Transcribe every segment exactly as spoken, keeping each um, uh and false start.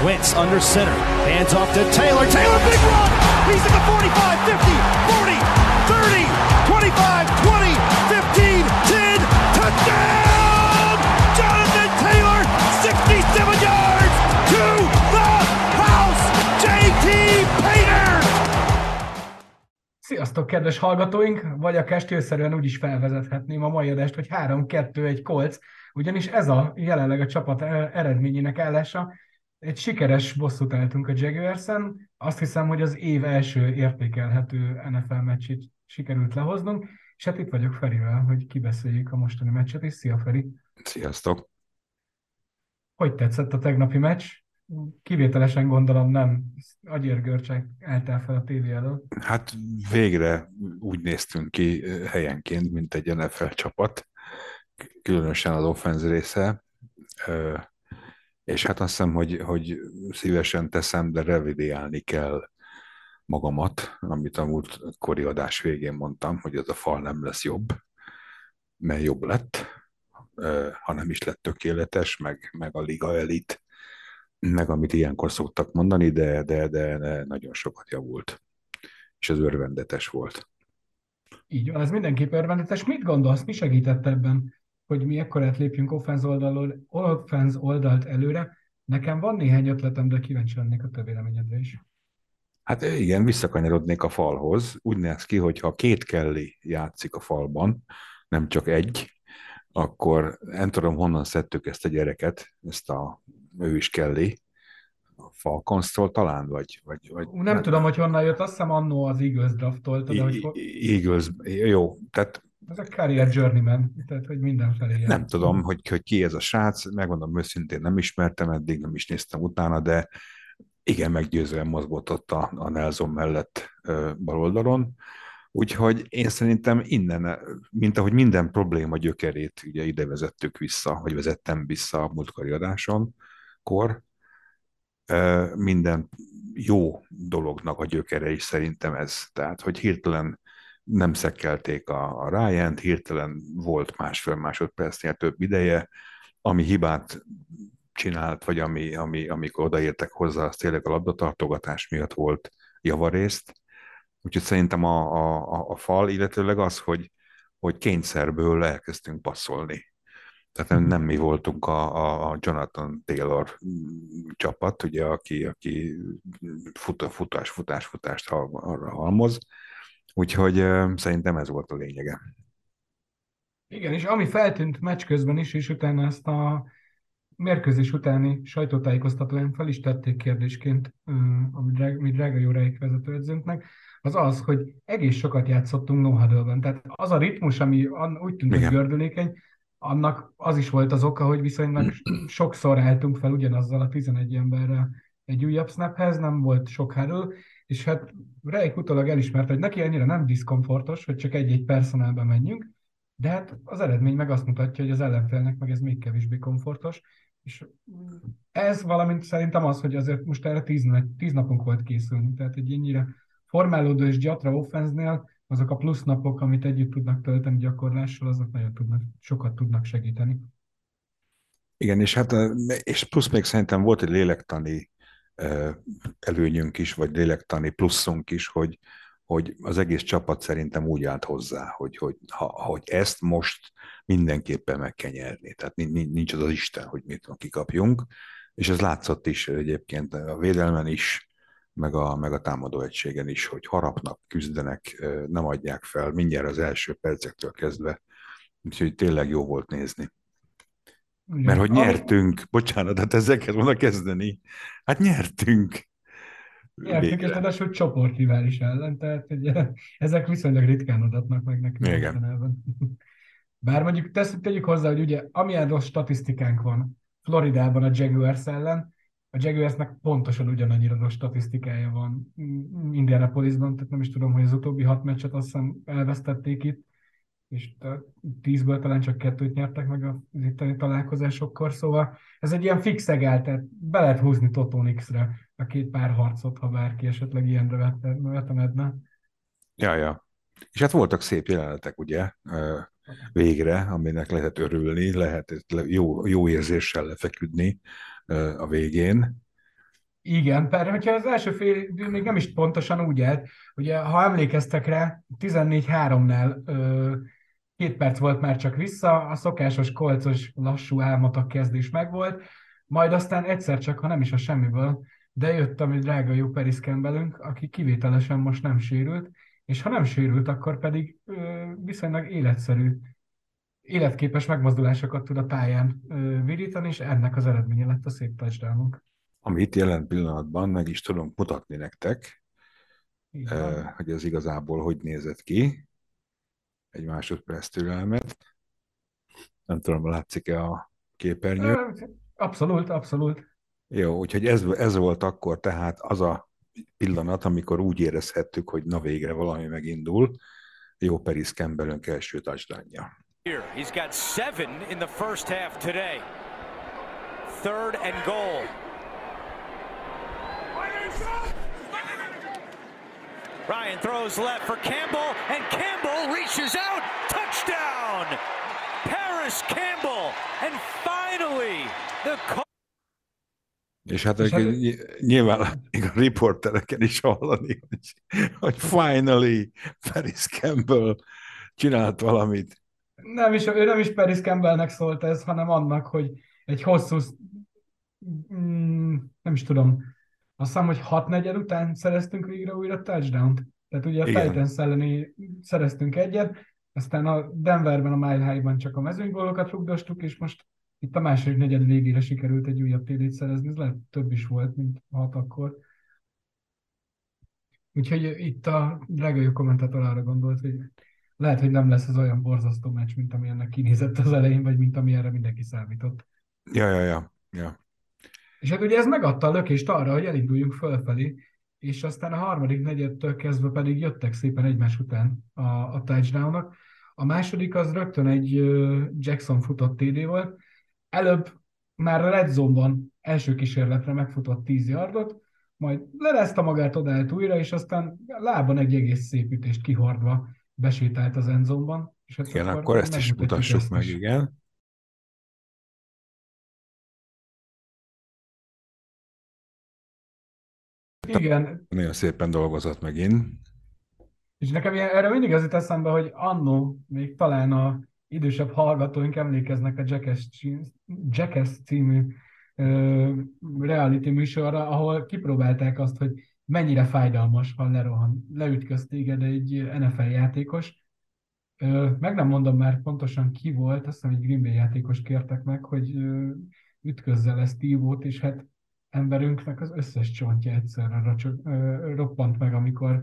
Wentz under center. Hands off to Taylor. Taylor, big run! He's at the forty-five, fifty, forty, thirty, twenty-five, twenty, fifteen, ten, touchdown! Jonathan Taylor, sixty-seven yards to the house! jé té Painter! Sziasztok, kedves hallgatóink! Vagy akár stílszerűen úgy is felvezethetném a mai adást, hogy három kettő egy Colts, ugyanis ez a jelenleg a csapat eredményének állása. Egy sikeres bosszút álltunk a Jaguarsen. Azt hiszem, hogy az év első értékelhető en ef el meccsét sikerült lehoznunk, és hát itt vagyok Ferivel, hogy kibeszéljük a mostani meccset is. Szia, Feri! Sziasztok! Hogy tetszett a tegnapi meccs? Kivételesen gondolom nem agyérgörcsek álltál fel a tévé elől. Hát végre úgy néztünk ki helyenként, mint egy en ef el csapat, különösen az offense része, és hát azt hiszem, hogy, hogy szívesen teszem, de revideálni kell magamat, amit a múltkori adás végén mondtam, hogy ez a fal nem lesz jobb, mert jobb lett, ha nem is lett tökéletes, meg, meg a liga elit, meg amit ilyenkor szoktak mondani, de, de, de nagyon sokat javult, és ez örvendetes volt. Így van, ez mindenképp örvendetes. Mit gondolsz, mi segített ebben, hogy mi ekkorát lépjünk offense oldalról, offense oldalt előre? Nekem van néhány ötletem, de kíváncsi lennék a te véleményedre is. Hát igen, visszakanyarodnék a falhoz. Úgy néz ki, hogy ha két Kelly játszik a falban, nem csak egy, akkor nem tudom, honnan szedtük ezt a gyereket, ezt a ő is Kelly, a Falconstól talán, vagy... vagy, vagy nem, nem tudom, hogy honnan jött, azt hiszem annó az Eagles draftolta, de hogy... Eagles, jó, tehát... Ez a career journeyman, tehát hogy mindenfelé jön. Nem tudom, hogy, hogy ki ez a srác, megmondom őszintén, nem ismertem eddig, nem is néztem utána, de igen, meggyőzően mozgott ott a, a Nelson mellett bal oldalon. Úgyhogy én szerintem innen, mint ahogy minden probléma gyökerét ugye ide vezettük vissza, vagy vezettem vissza a múltkori adásonkor, minden jó dolognak a gyökere is szerintem ez. Tehát, hogy hirtelen nem szekkelték a, a Ryant, hirtelen volt másfél másodpercnél több ideje, ami hibát csinált, vagy ami, ami, amikor odaértek hozzá, az tényleg a labdatartogatás miatt volt javarészt. Úgyhogy szerintem a, a, a fal, illetőleg az, hogy, hogy kényszerből elkezdtünk passzolni. Tehát nem, nem mi voltunk a, a Jonathan Taylor csapat, ugye, aki, aki fut, futás, futás, futást arra halmoz. Úgyhogy uh, szerintem ez volt a lényege. Igen, és ami feltűnt meccs közben is, és utána ezt a mérkőzés utáni sajtótájékoztatóan fel is tették kérdésként a mi drága jó rejék vezetőedzőnknek, az az, hogy egész sokat játszottunk no-huddle-ben. Tehát az a ritmus, ami úgy tűnt, hogy gördülékeny, annak az is volt az oka, hogy viszonylag sokszor álltunk fel ugyanazzal a tizenegy emberrel egy újabb snaphez, nem volt sok huddle, és hát Reik utólag elismerte, hogy neki annyira nem diszkomfortos, hogy csak egy-egy personálba menjünk, de hát az eredmény meg azt mutatja, hogy az ellenfélnek meg ez még kevésbé komfortos, és ez valamint szerintem az, hogy azért most erre tíz, tíz napunk volt készülni, tehát egy ennyire formálódó és gyatra offense-nél azok a plusz napok, amit együtt tudnak tölteni gyakorlással, azok nagyon tudnak, sokat tudnak segíteni. Igen, és hát és plusz még szerintem volt egy lélektani előnyünk is, vagy lélektani pluszunk is, hogy, hogy az egész csapat szerintem úgy állt hozzá, hogy, hogy, ha, hogy ezt most mindenképpen meg kell nyerni. Tehát nincs az az Isten, hogy mit kikapjunk, és ez látszott is egyébként a védelmen is, meg a, meg a támadó egységen is, hogy harapnak, küzdenek, nem adják fel, mindjárt az első percektől kezdve. Úgyhogy tényleg jó volt nézni. Ugyan. Mert hogy nyertünk, Ami... bocsánat, hát ezzel kell volna kezdeni. Hát nyertünk. Nyertünk, és ráadásul csoportrivális ellen, tehát ugye, ezek viszonylag ritkán adatnak meg nekünk. Igen. Bár mondjuk tesz, tegyük hozzá, hogy ugye amilyen rossz statisztikánk van Floridában a Jaguars ellen, a Jaguarsnek pontosan ugyanannyira rossz statisztikája van Indianapolisban, tehát nem is tudom, hogy az utóbbi hat meccset azt hiszem elvesztették itt, és tízből talán csak kettőt nyertek meg az itteni találkozásokkor, szóval ez egy ilyen fix egál, tehát be lehet húzni Totonix-re a két pár harcot, ha bárki esetleg ilyenre vetemedne. Ja, ja. És hát voltak szép jelenetek, ugye, végre, aminek lehet örülni, lehet jó, jó érzéssel lefeküdni a végén. Igen, pár, hogyha az első fél idő még nem is pontosan úgy állt, ugye ha emlékeztek rá, tizennégy háromnál ö, két perc volt már csak vissza, a szokásos kolcos lassú álmatak kezdés megvolt, majd aztán egyszer csak, ha nem is a semmiből, de jött a mi drága jó Paris Campbellünk, aki kivételesen most nem sérült, és ha nem sérült, akkor pedig ö, viszonylag életszerű, életképes megmozdulásokat tud a pályán ö, virítani, és ennek az eredménye lett a szép touchdownunk. Amit jelen pillanatban meg is tudunk mutatni nektek, Így eh, van. hogy ez igazából hogy nézett ki. Egy másodperc türelmet. Nem tudom, látszik-e a képernyő. Ö, Abszolút, abszolút. Jó, úgyhogy ez, ez volt akkor tehát az a pillanat, amikor úgy érezhettük, hogy na végre valami megindul. Jó Paris Campbellünk első touchdownja. He's got seven in the first half today. Third and goal. Ryan throws left for Campbell, and Campbell reaches out. Touchdown! Paris Campbell, and finally the... És hát És hát- ny- nyilván a riportereken is hallani, hogy, hogy finally Paris Campbell csinált valamit. Nem is, ő nem is Paris Campbellnek szólt ez, hanem annak, hogy egy hosszú, mm, nem is tudom, azt hiszem, hogy hat negyed után szereztünk végre újra touchdown-t. Tehát ugye a Igen. Titans elleni szereztünk egyet, aztán a Denverben, a Mile High-ban csak a mezőnygólokat rugdostuk, és most itt a második negyed végére sikerült egy újabb té dét szerezni, ez lehet több is volt, mint hat akkor. Úgyhogy itt a drága jó kommentátor arra gondolt, hogy lehet, hogy nem lesz ez olyan borzasztó meccs, mint amilyennek kinézett az elején, vagy mint amilyenre mindenki számított. Ja, ja, ja. ja. És hát ugye ez megadta a lökést arra, hogy elinduljunk fölfelé, és aztán a harmadik negyedtől kezdve pedig jöttek szépen egymás után a, a touchdownok. A második az rögtön egy uh, Jackson futott té dé volt. Előbb már a red zone-ban első kísérletre megfutott tíz yardot, majd lerázta magát, odállt újra, és aztán lábon egy egész szép ütést kihordva besétált az endzone-ban. És hát Igen, akkor ezt is megmutatjuk mutassuk ezt meg, is. igen. Igen, Nagyon szépen dolgozott megint. és nekem ilyen, erre mindig az jut eszembe, hogy annó még talán a idősebb hallgatóink emlékeznek a Jackass, cí- Jackass című ö, reality műsorra, ahol kipróbálták azt, hogy mennyire fájdalmas, ha lerohan, leütköz téged egy en ef el játékos. Ö, meg nem mondom már pontosan ki volt, azt hiszem egy Green Bay játékos kértek meg, hogy ö, ütközze le Steve-ot, és hát emberünknek az összes csontja egyszerre racsog, ö, roppant meg, amikor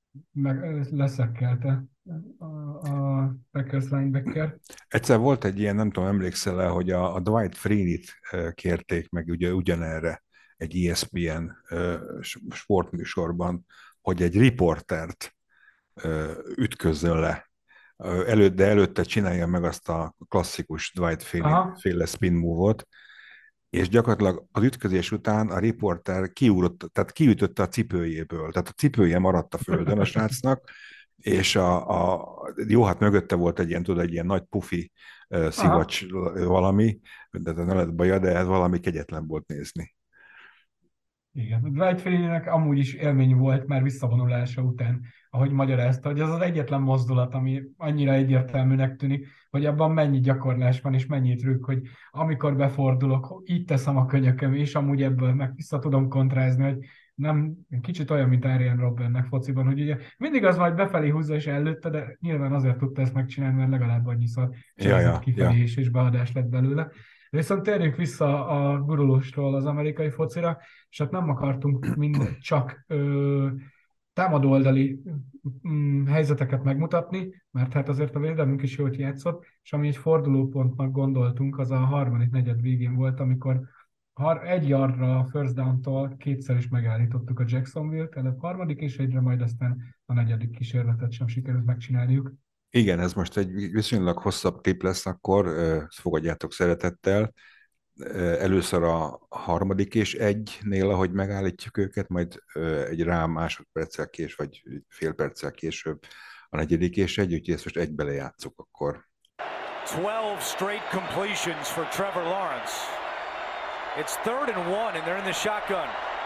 meg leszekkelte a, a Packers linebacker. Egyszer volt egy ilyen, nem tudom, emlékszel-e, hogy a, a Dwight Freeney-t eh, kérték meg ugye ugyanerre egy é es pé en eh, sportműsorban, hogy egy riportert eh, ütközzön le. Eh, Előtt, de előtte csinálja meg azt a klasszikus Dwight Freeney Aha. féle spin move-ot, és gyakorlatilag az ütközés után a riporter kiúrott, tehát kiütötte a cipőjéből, tehát a cipője maradt a földön a srácnak, és a, a, jó, hát mögötte volt egy ilyen, tudod, egy ilyen nagy pufi uh, szivacs valami, de ne lett baja, de ez valami kegyetlen volt nézni. Igen, a Dwight Freeneynek amúgy is élmény volt már visszavonulása után, ahogy magyarázta, hogy az az egyetlen mozdulat, ami annyira egyértelműnek tűnik, hogy abban mennyi gyakorlás van, és mennyi trükk, hogy amikor befordulok, így teszem a könyököm, és amúgy ebből meg vissza tudom kontrázni, hogy nem, kicsit olyan, mint Arjen Robbennek fociban, hogy ugye mindig az majd befelé húzza és előtte, de nyilván azért tudta ezt megcsinálni, mert legalább annyiszor Ja, ja, kifelé ja. is, és beadás lett belőle. Viszont térjünk vissza a gurulósról az amerikai focira, és hát nem akartunk mind csak ö, támadóoldali mm, helyzeteket megmutatni, mert hát azért a védelmünk is jót játszott, és ami egy fordulópontnak gondoltunk, az a harmadik negyed végén volt, amikor har- egy yardra a first down-tól kétszer is megállítottuk a Jacksonville-t, előbb harmadik és egyre, majd aztán a negyedik kísérletet sem sikerült megcsinálniuk. Igen, ez most egy viszonylag hosszabb klip lesz, akkor ö, fogadjátok szeretettel. Ö, Először a harmadik és egynél, ahogy megállítjuk őket, majd ö, egy rá másodperccel kés, vagy fél perccel később a negyedik és egy, úgyhogy ezt most egybe lejátszuk akkor. twelve straight completions for Trevor Lawrence. It's third and one, and they're in the shotgun.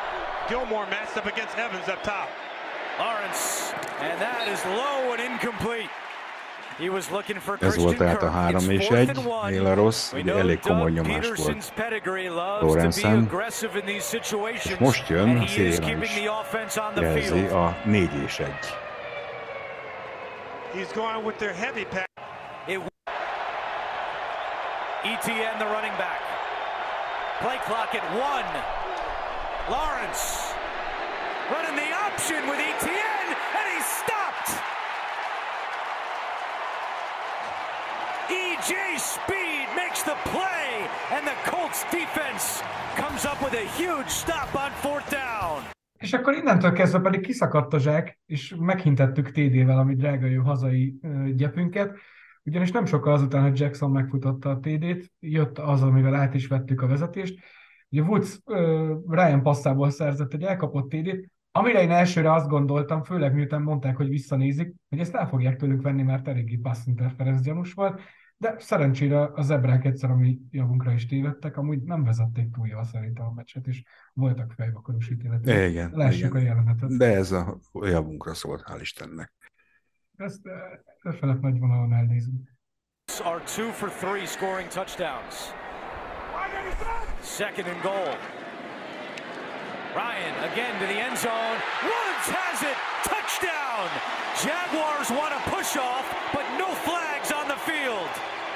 Gilmore matched up against Evans up top. Lawrence, and that is low and incomplete. He was looking for Ez volt tehát a három és egy, Néla Rossz, ugye elég komoly nyomás volt Lawrence-en, és most jön, a Szélen is jelzi a négy és egy. He's going with their heavy pass. E T N, the running back. Play clock at one. Lawrence running the option with E T N, and he's stopped. E J Speed makes the play, and the Colts defense comes up with a huge stop on fourth down. És akkor innentől kezdve pedig kiszakadt a zsák, és meghintettük té dé-vel, ami drága jó hazai uh, gyepünket, ugyanis nem sokkal azután, hogy Jackson megfutotta a té dét, jött az, amivel át is vettük a vezetést. Ugye Woods uh, Ryan passzából szerzett egy elkapott té dét, amire én elsőre azt gondoltam, főleg miután mondták, hogy visszanézik, hogy ezt el fogják tőlünk venni, mert eléggé pass interference gyanús volt, de szerencsére a zebrák egyszer, ami javunkra is tévedtek, amúgy nem vezették túl jól szerintem a meccset, és voltak fejvakarós ítéletek. Igen, Lássuk igen. a jelenetet. De ez a javunkra szólt, hál' Istennek. Ezt felett nagy vonalon elnézünk. Are two for three scoring touchdowns. Second and goal. Ryan again to the end zone. Woods has it. Touchdown. Jaguars want to push off, but no flags on the field.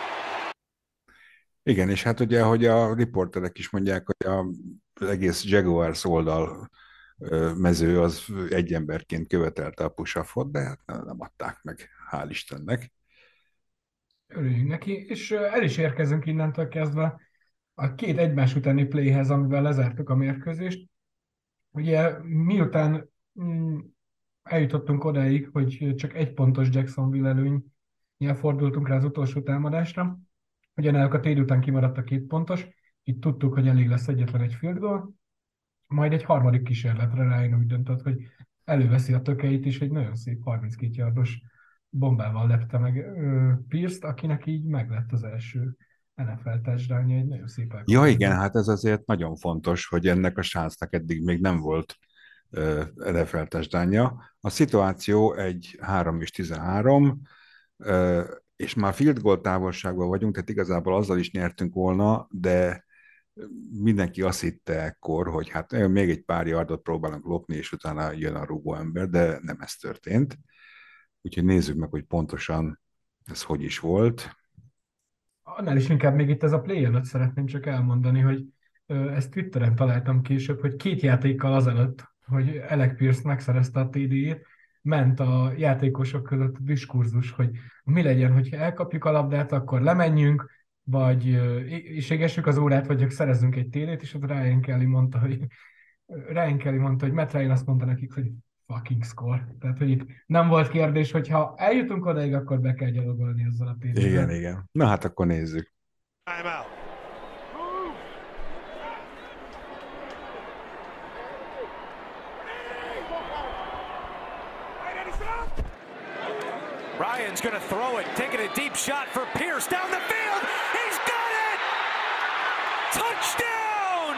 Igen, és hát ugye, hogy a riporterek is mondják, hogy a, az egész Jaguars oldal mező az egy emberként követelte a push-offot, de hát nem adták meg, hál' Istennek. Örüljünk neki, és el is érkezünk innentől kezdve a két egymás utáni playhez, amivel lezártuk a mérkőzést. Ugye miután mm, eljutottunk odáig, hogy csak egy pontos Jacksonville előnnyel fordultunk rá az utolsó támadásra, ugye náluk a té dé után kimaradt a két pontos, itt tudtuk, hogy elég lesz egyetlen egy field goal, majd egy harmadik kísérletre Ryan úgy döntött, hogy előveszi a tökeit, és egy nagyon szép harminckét yardos bombával lepte meg uh, Pierce-t, akinek így meglett az első en ef el touchdownja, egy nagyon szép elkapás. Ja igen, hát ez azért nagyon fontos, hogy ennek a sánsznak eddig még nem volt uh, en ef el touchdownja. A szituáció egy három és tizenhárom, uh, és már field goal távolságban vagyunk, tehát igazából azzal is nyertünk volna, de mindenki azt hitte ekkor, hogy hát még egy pár yardot próbálunk lopni, és utána jön a rúgó ember, de nem ez történt. Úgyhogy nézzük meg, hogy pontosan ez hogy is volt. Annál is inkább még itt ez a play előtt szeretném csak elmondani, hogy ö, ezt Twitteren találtam később, hogy két játékkal azelőtt, hogy Alec Pierce megszerezte a té dé-jét, ment a játékosok között a diskurzus, hogy mi legyen, hogyha elkapjuk a labdát, akkor lemenjünk, vagy és égessük az órát, vagy csak szerezzünk egy té dét, és ott Ryan Kelly mondta, hogy Ryan Kelly mondta, hogy Matt Ryan azt mondta nekik, hogy fucking score. Tehát, hogy itt nem volt kérdés, hogy ha eljutunk odaig, akkor be kell gyalogolni ezzel a té dé-vel. Igen, igen. Na hát akkor nézzük. Time out. Ryan's going to throw it, taking a deep shot for Pierce down the field. He's got it! Touchdown!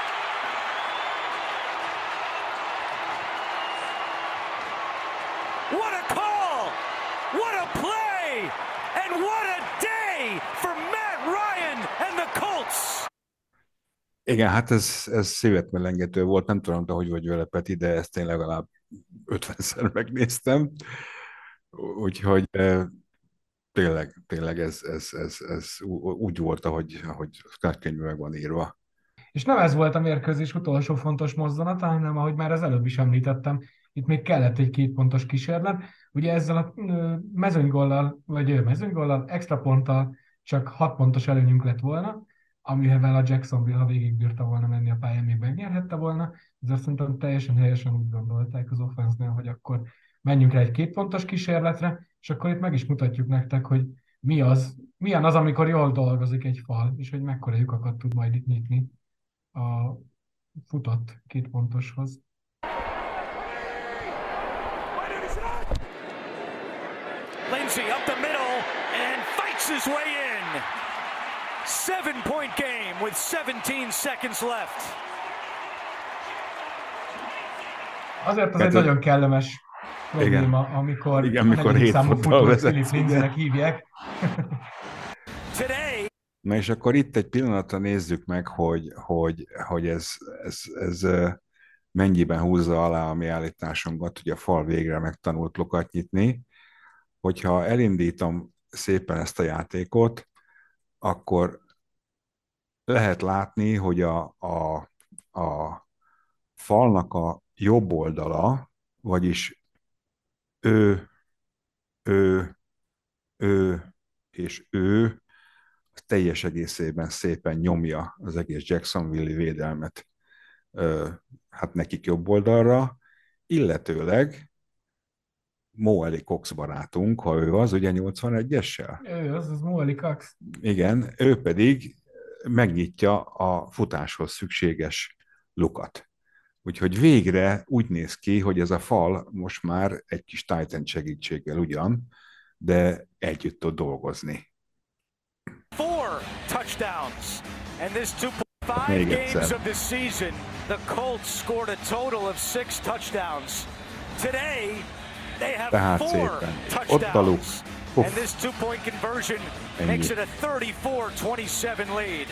What a call! What a play! And what a day for Matt Ryan and the Colts! Igen, hát ez, ez szívetmelengető volt, nem tudom, hogy vagy vele, Peti, de ezt én legalább ötvenszer megnéztem. Úgyhogy eh, tényleg, tényleg ez, ez, ez, ez úgy volt, ahogy, ahogy könyvben meg van írva. És nem ez volt a mérkőzés utolsó fontos mozzanata, hanem ahogy már az előbb is említettem, itt még kellett egy két pontos kísérlet. Ugye ezzel a mezőnygollal, vagy mezőnygollal, extra ponttal csak hat pontos előnyünk lett volna, amivel a Jacksonville, ha végigbírta volna menni a pályán, még megnyerhette volna. Ezért szerintem teljesen helyesen úgy gondolták az offense-nél, hogy akkor menjünk rá egy két pontos kísérletre, és akkor itt meg is mutatjuk nektek, hogy mi az, milyen az, amikor jól dolgozik egy fal, és hogy mekkora lyukakat tud majd itt nyitni a futott két pontoshoz. Lindsay up the middle and fights his way in. Seven-point game with seventeen seconds left. Azért az Hát egy ez- nagyon kellemes probléma, amikor Igen, a mikor negyedik hét számú ponttal futót vezetsz, Philip igen. Lindsaynek hívják. Today, Na és akkor itt egy pillanatra nézzük meg, hogy, hogy, hogy ez, ez, ez ö, mennyiben húzza alá a mi állításunkat, hogy a fal végre megtanult lukat nyitni. Hogyha elindítom szépen ezt a játékot, akkor lehet látni, hogy a, a, a falnak a jobb oldala, vagyis ő, ő, ő és ő teljes egészében szépen nyomja az egész Jacksonville-i védelmet, ö, hát nekik jobb oldalra, illetőleg Mo Alley Cox barátunk, ha ő az, ugye nyolcvanegyessel? Ő, az, az Moali Cox. Igen, ő pedig megnyitja a futáshoz szükséges lukat. Úgyhogy végre úgy néz ki, hogy ez a fal most már egy kis Titan segítséggel ugyan, de együtt tud dolgozni. four touchdowns. And this two point five Még games egyszer. of the season, the Colts scored a total of six touchdowns. Today, they have Tehát four szépen. Ott a luk. touchdowns. Puff. And this two-point conversion Ennyi. makes it a thirty-four twenty-seven lead.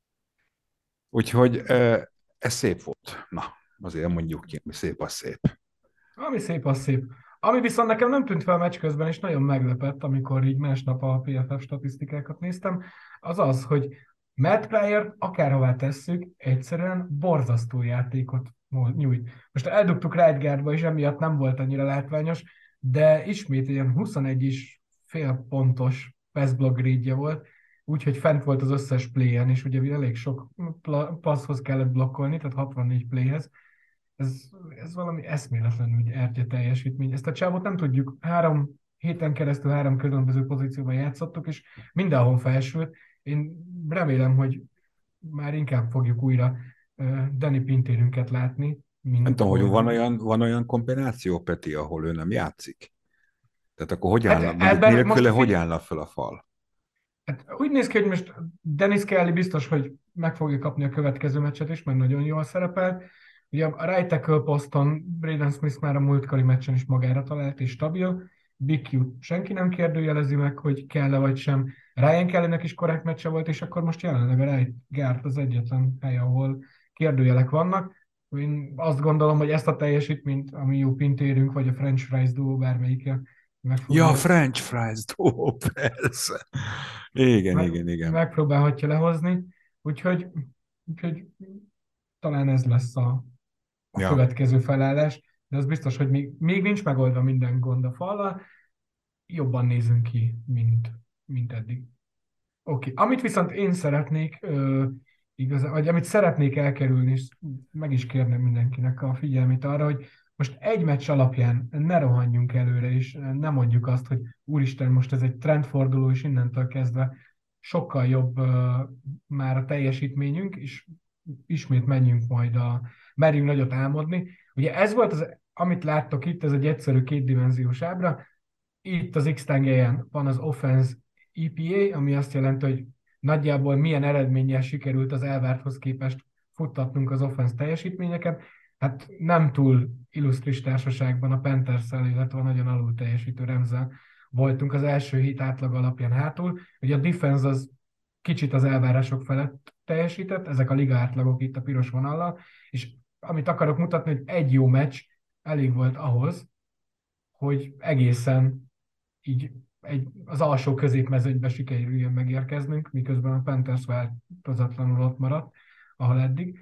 Úgyhogy ö, ez szép volt. Na, azért mondjuk ki, hogy szép az szép. Ami szép, az szép. Ami viszont nekem nem tűnt fel a meccs közben, és nagyon meglepett, amikor így másnap a pé ef ef statisztikákat néztem, az az, hogy Matt Pryor, akárhová tesszük, egyszerűen borzasztó játékot nyújt. Most eldugtuk right guardba, és emiatt nem volt annyira látványos, de ismét ilyen huszonegy is fél pontos pass block grade volt, úgyhogy fent volt az összes playen, és ugye elég sok pla- passzhoz kellett blokkolni, tehát hatvannégy playhez. Ez, ez valami eszméletlenül ertje teljesítmény. Ezt a csávot nem tudjuk, három héten keresztül három különböző pozícióban játszottuk, és mindenhol felsült. Én remélem, hogy már inkább fogjuk újra uh, Danny Pintérünket látni. Mint Nem tudom, hogy ahogy- van olyan, van olyan kombináció, Peti, ahol ő nem játszik? Tehát akkor hogy Hát állna, mondjuk ebben nélküle most hogy figy- állna fel a fal? Hát úgy néz ki, hogy most Dennis Kelly biztos, hogy meg fogja kapni a következő meccset is, mert nagyon jól szerepelt. Ugye a right tackle poszton Braden Smith már a múltkori meccsen is magára talált és stabil. Big Q senki nem kérdőjelezi meg, hogy kell-e vagy sem. Ryan Kellynek is korrekt meccse volt, és akkor most jelenleg a right guard az egyetlen hely, ahol kérdőjelek vannak. Én azt gondolom, hogy ezt a teljesítményt, ami jó pintérünk, vagy a French Fries duo bármelyike meg fogja- Ja, French fries, ó, persze. Igen, meg- igen, igen. megpróbálhatja lehozni, úgyhogy, úgyhogy talán ez lesz a, a Ja. következő felállás, de az biztos, hogy még, még nincs megoldva minden gond a fallal, jobban nézünk ki, mint, mint eddig. Oké, okay. Amit viszont én szeretnék, ö, igazán, vagy amit szeretnék elkerülni, és meg is kérnem mindenkinek a figyelmét arra, hogy most egy meccs alapján ne rohanjunk előre, és ne mondjuk azt, hogy úristen, most ez egy trendforduló, és innentől kezdve sokkal jobb ö, már a teljesítményünk, és ismét menjünk majd a, merjünk nagyot álmodni. Ugye ez volt az, amit láttok itt, ez egy egyszerű kétdimenziós ábra. Itt az X-tengelyen van az offense é pé á, ami azt jelenti, hogy nagyjából milyen eredménnyel sikerült az elvárthoz képest futtatnunk az offense teljesítményeket. Hát nem túl illusztris társaságban a Panthers-szel, illetve nagyon alul teljesítő Ramszel voltunk az első hét átlag alapján hátul. Ugye a defense az kicsit az elvárások felett teljesített, ezek a liga átlagok itt a piros vonallal, és amit akarok mutatni, hogy egy jó meccs elég volt ahhoz, hogy egészen így egy, az alsó középmezőnybe sikerüljön megérkeznünk, miközben a Panthers változatlanul ott maradt, ahol eddig.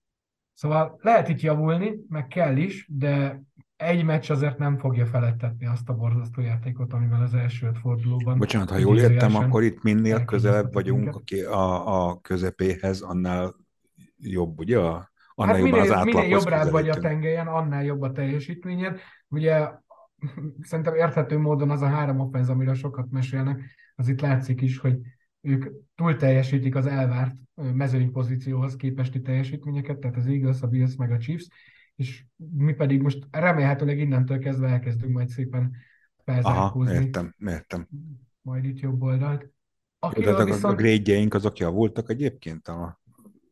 Szóval lehet itt javulni, meg kell is, de egy meccs azért nem fogja felettetni azt a borzasztó játékot, amivel az első öt fordulóban... Bocsánat, ha jól értem, idézőjelesen akkor itt minél közelebb elkényeztetett vagyunk minket. aki a, a közepéhez, annál jobb, ugye? A- Annál Hát jobban az minél, minél átlaghoz jobbrább vagy a közelítünk. tengelyen, annál jobb a teljesítményed. Ugye szerintem érthető módon az a három offenz, amiről sokat mesélnek, az itt látszik is, hogy ők túl teljesítik az elvárt ö, mezőnypozícióhoz képesti teljesítményeket, tehát az Eagles, a Bills meg a Chiefs, és mi pedig most remélhetőleg innentől kezdve elkezdünk majd szépen Aha, felzárkózni, értem, értem. majd itt jobb oldalt. Jó, Akiről tehát a, a viszont... grade-jeink azok javultak egyébként a,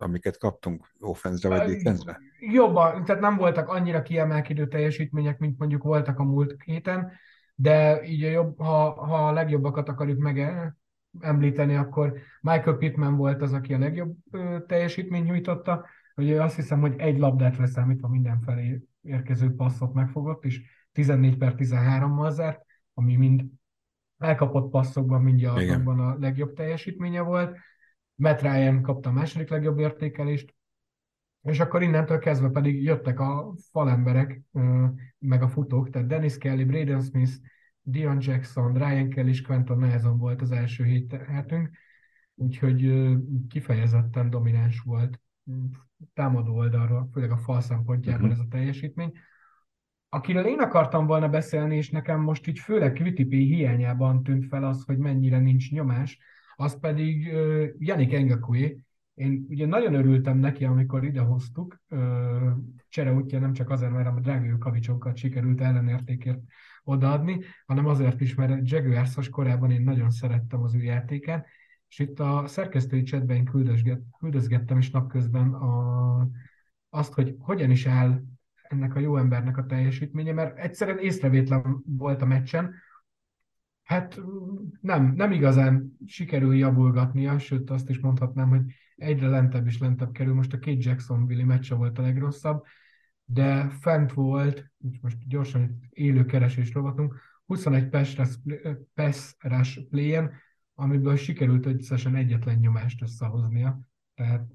amiket kaptunk offense-re vagy defense-re? Jobban, tehát nem voltak annyira kiemelkedő teljesítmények, mint mondjuk voltak a múlt héten, de így a jobb, ha, ha a legjobbakat akarjuk megemlíteni, akkor Michael Pittman volt az, aki a legjobb teljesítményt nyújtotta. Ugye azt hiszem, hogy egy labdát leszámítva mindenfelé érkező passzot megfogott, és tizennégy per tizenhárommal zárt, ami mind elkapott passzokban, mindjáratokban a legjobb teljesítménye volt. Matt Ryan kapta a második legjobb értékelést, és akkor innentől kezdve pedig jöttek a falemberek, meg a futók, tehát Dennis Kelly, Braden Smith, Dion Jackson, Ryan Kelly és Quentin Nelson volt az első hét hetünk, úgyhogy kifejezetten domináns volt támadó oldalról, főleg a fal szempontjából uh-huh. ez a teljesítmény. Akiről én akartam volna beszélni, és nekem most így főleg Kvitipé hiányában tűnt fel az, hogy mennyire nincs nyomás, az pedig uh, Yannick Ngakoue. Én ugye nagyon örültem neki, amikor idehoztuk, uh, csere útja nem csak azért, mert a drága Jukavicsokat sikerült ellenértékért odaadni, hanem azért is, mert Jaguars-os korában én nagyon szerettem az ő játékát, és itt a szerkesztői chatben én küldözget, küldözgettem is napközben a, azt, hogy hogyan is áll ennek a jó embernek a teljesítménye, mert egyszerűen észrevétlen volt a meccsen. Hát nem, nem igazán sikerül javulgatnia, sőt azt is mondhatnám, hogy egyre lentebb és lentebb kerül. Most a két Jacksonville-i meccse volt a legrosszabb, de fent volt, most gyorsan élő keresés rovatunk, huszonegy pass rush play-en, amiből sikerült összesen egyetlen nyomást összehoznia. Tehát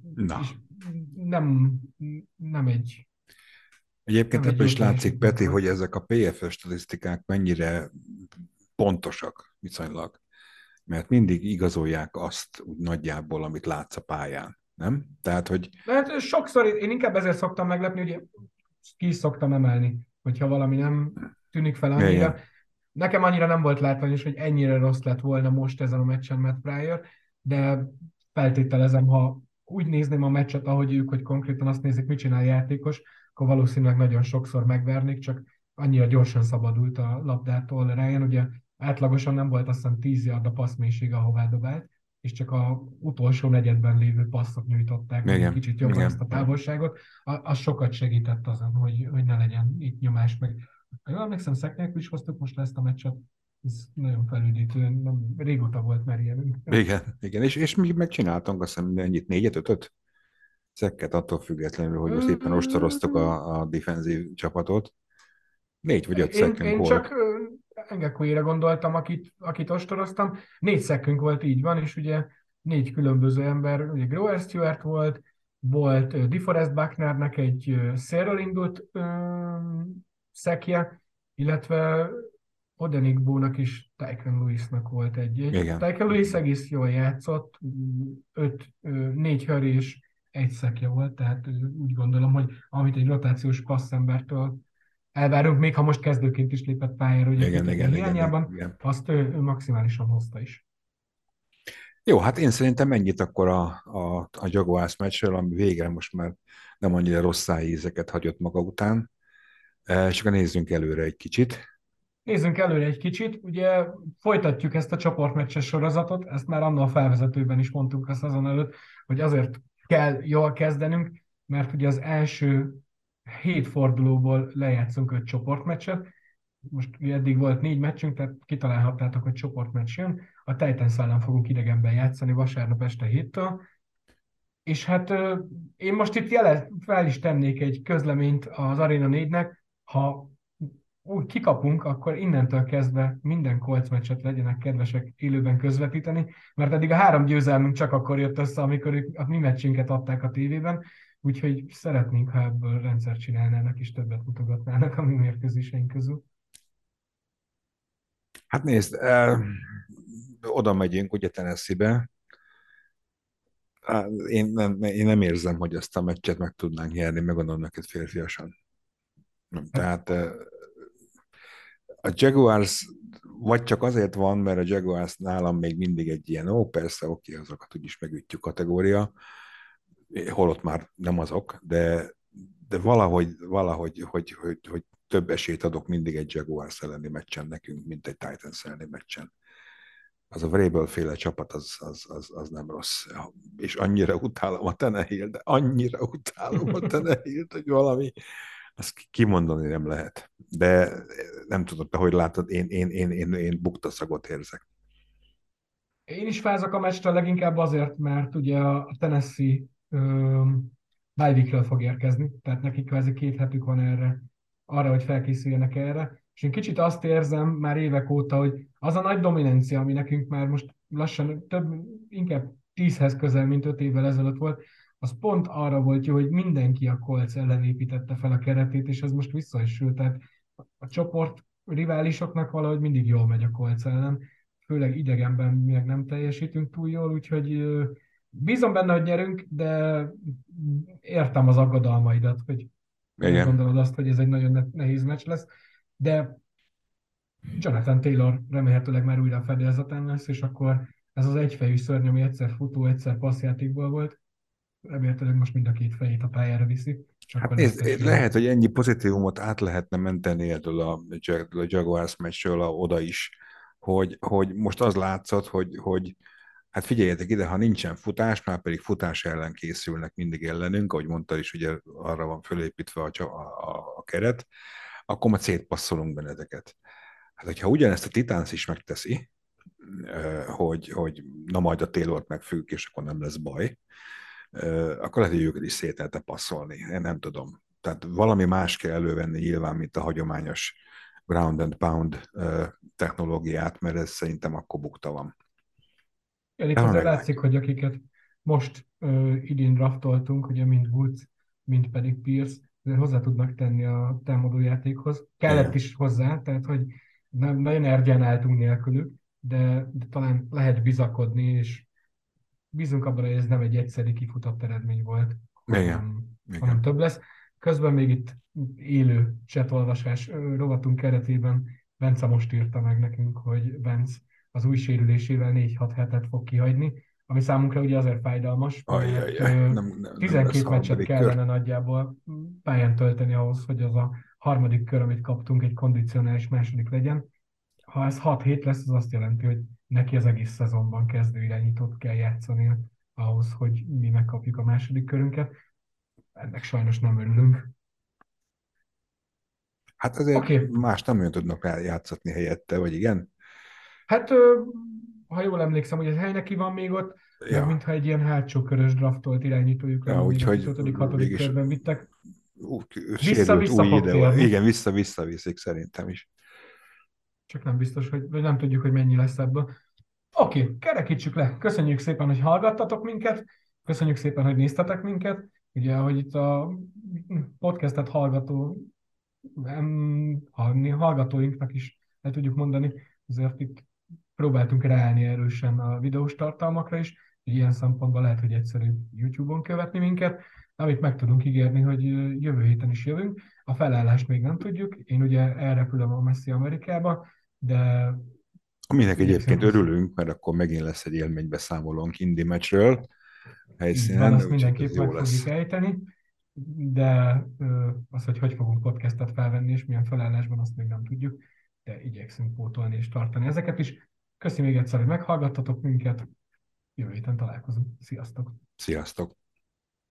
nem, nem egy Egyébként ebből is látszik, Peti, hogy ezek a pé ef es statisztikák mennyire pontosak viszonylag, mert mindig igazolják azt úgy nagyjából, amit látsz a pályán, nem? Tehát, hogy... Mert sokszor, én inkább ezért szoktam meglepni, hogy ki is szoktam emelni, hogyha valami nem tűnik fel annyira. Igen. Nekem annyira nem volt látványos, hogy ennyire rossz lett volna most ezen a meccsen Matt Pryor, de feltételezem, ha úgy nézném a meccset, ahogy ők, hogy konkrétan azt nézik, mit csinál a játékos, akkor valószínűleg nagyon sokszor megvernék, csak annyira gyorsan szabadult a labdától Ryan. Ugye átlagosan nem volt azt hiszem tíz yard a passzmélység, ahová dobált, és csak a utolsó negyedben lévő passzok nyújtották, igen, kicsit jobban ezt a távolságot. Az sokat segített azon, hogy, hogy ne legyen itt nyomás. Meg, ha jól emlékszem, Szek nélkül is hoztuk most le ezt a meccset. Ez nagyon felüdítő, nem, régóta volt már ilyenünk. Igen, igen. És, és mi megcsináltunk azt hiszem ennyit, négyet, ötöt? Szekket attól függetlenül, hogy most éppen ostoroztuk a, a defenzív csapatot. Négy vagy öt szekkünk én, én volt. csak Ngakoue-re gondoltam, akit, akit ostoroztam. Négy szekkünk volt, így van, és ugye négy különböző ember, ugye Grover Stewart volt, volt uh, DeForest Bucknernek egy uh, szélről indult uh, szekje, illetve Odenigbo-nak is Tyquan Lewisnak volt egy. Tyquan Lewis egész jól játszott, öt, uh, négy hurry és egy szekje volt, tehát úgy gondolom, hogy amit egy rotációs passzembertől elvárunk, még ha most kezdőként is lépett pályára, hogy igen, igen, hiányában, igen, igen. Azt ő, ő maximálisan hozta is. Jó, hát én szerintem ennyit akkor a, a, a Jaguars meccsről, ami végre most már nem annyira rossz szájízeket hagyott maga után. És akkor nézzünk előre egy kicsit. Nézzünk előre egy kicsit. Ugye folytatjuk ezt a csoportmeccses sorozatot, ezt már annól a felvezetőben is mondtuk a szezon előtt, hogy azért kell jól kezdenünk, mert ugye az első hét fordulóból lejátszunk öt csoportmeccset. Most ugye eddig volt négy meccsünk, tehát kitalálhattátok, hogy csoportmeccs jön. A Titans ellen fogunk idegenben játszani vasárnap este héttől. És hát én most itt jele, fel is tennék egy közleményt az Arena négynek, ha úgy kikapunk, akkor innentől kezdve minden Colts meccset legyenek kedvesek élőben közvetíteni, mert eddig a három győzelmünk csak akkor jött össze, amikor ők a mi meccsünket adták a tévében, úgyhogy szeretnénk, ha ebből rendszert csinálnának és többet mutogatnának a mi mérkőzéseink közül. Hát nézd, eh, oda megyünk ugye Tennessee-be. Én nem, én nem érzem, hogy ezt a meccset meg tudnánk nyerni, megmondom neked férfiasan. Tehát eh, a Jaguars vagy csak azért van, mert a Jaguars nálam még mindig egy ilyen, ó, persze, oké, azokat úgyis megütjük kategória, holott már nem azok, de, de valahogy, valahogy hogy, hogy, hogy több esélyt adok mindig egy Jaguars elleni meccsen nekünk, mint egy Titans elleni meccsen. Az a Vrabel féle csapat, az, az, az, az nem rossz. És annyira utálom a Tannehill, de annyira utálom a Tannehill, hogy valami, azt kimondani nem lehet. De nem tudod, te hogy látod, én, én, én, én, én buktaszagot érzek. Én is fázok a meccstől leginkább azért, mert ugye a Tennessee um, bye weekről fog érkezni, tehát nekik kvázi két hetük van erre, arra, hogy felkészüljenek erre. És én kicsit azt érzem már évek óta, hogy az a nagy dominancia, ami nekünk már most lassan több, inkább tízhez közel, mint öt évvel ezelőtt volt, az pont arra volt jó, hogy mindenki a Colts ellen építette fel a keretét, és ez most vissza is sült. Tehát a csoport riválisoknak valahogy mindig jól megy a Colts ellen, főleg idegenben mi meg nem teljesítünk túl jól, úgyhogy ö, bízom benne, hogy nyerünk, de értem az aggodalmaidat, hogy miért Igen. gondolod azt, hogy ez egy nagyon ne- nehéz meccs lesz, de Jonathan Taylor remélhetőleg már újra a fedélzeten lesz, és akkor ez az egyfejű szörny, ami egyszer futó, egyszer passzjátékból volt, remélhetőleg most mind a két fejét a pályára viszi, és Hát akkor lesz nézd, esély. lehet, hogy ennyi pozitívumot át lehetne menteni ebből a, Jag- a Jaguars meccsről a- oda is, hogy, hogy most az látszott, hogy, hogy hát figyeljetek ide, ha nincsen futás, már pedig futás ellen készülnek mindig ellenünk, ahogy mondtad is, ugye arra van fölépítve a, csa- a, a, a keret, akkor majd szétpasszolunk benneteket. Hát, hogyha ugyanezt a Titans is megteszi, eh, hogy, hogy na majd a Taylort megfügg, és akkor nem lesz baj, eh, akkor lehet, hogy őket is szét lehetne passzolni. Én nem tudom. Tehát valami más kell elővenni nyilván, mint a hagyományos ground and pound eh, technológiát, mert ez szerintem akkor bukta van. Igen, De itt ha azért meglátjuk. látszik, hogy akiket most ö, idén draftoltunk, ugye mind Woods, mind pedig Pierce, azért hozzá tudnak tenni a támadójátékhoz. Kellett Igen. is hozzá, tehát hogy nem, nagyon ergyen álltunk nélkülük, de, de talán lehet bizakodni, és bízunk abban, hogy ez nem egy egyszeri kifutott eredmény volt, Igen. hanem, hanem Igen. több lesz. Közben még itt élő chatolvasás ö, rovatunk keretében Bence most írta meg nekünk, hogy Vance az új sérülésével négy-hat hetet fog kihagyni, ami számunkra ugye azért fájdalmas, mert Ajjajjaj, ö, nem, nem, nem lesz tizenkét meccset harmadik kör. kellene nagyjából pályán tölteni ahhoz, hogy az a harmadik kör, amit kaptunk, egy kondicionális második legyen. Ha ez hat hét lesz, az azt jelenti, hogy neki az egész szezonban kezdő irányítót kell játszani ahhoz, hogy mi megkapjuk a második körünket. Ennek sajnos nem örülünk. Hát azért Oké, okay. más nem olyan tudnak rá játszatni helyette, vagy igen? Hát ö, ha jól emlékszem, hogy ez hely neki van még ott, meg Ja, mintha egy ilyen hátsó körös draftolt irányítójuk ja lenne, még akit úgyhogy ötödik hatodik mégis körben vittek. ú, sérült Vissza-vissza új fog ide. térni, Igen, vissza-vissza viszik szerintem is. csak nem biztos, hogy vagy nem tudjuk, hogy mennyi lesz ebből. Oké, okay, kerekítsük le. Köszönjük szépen, hogy hallgattatok minket. Köszönjük szépen, hogy néztetek minket. Ugye, hogy itt a podcastet hallgató em, hallgatóinknak is el tudjuk mondani, azért itt próbáltunk ráállni erősen a videós tartalmakra is, hogy ilyen szempontból lehet, hogy egyszerű YouTube-on követni minket, amit meg tudunk ígérni, hogy jövő héten is jövünk. A felállást még nem tudjuk, én ugye elrepülöm a messzi Amerikába, de Aminek egyébként igyekszünk hozzá. örülünk, mert akkor megint lesz egy élménybeszámolónk Indy meccsről Így van, helyszínen, azt úgyhogy ez mindenképp jó meg fogjuk lesz. ejteni, de ö, az, hogy hogy fogunk podcastet felvenni, és milyen felállásban, azt még nem tudjuk, de igyekszünk pótolni és tartani ezeket is. Köszi még egyszer, hogy meghallgattatok minket, jövő héten találkozunk. Sziasztok! Sziasztok!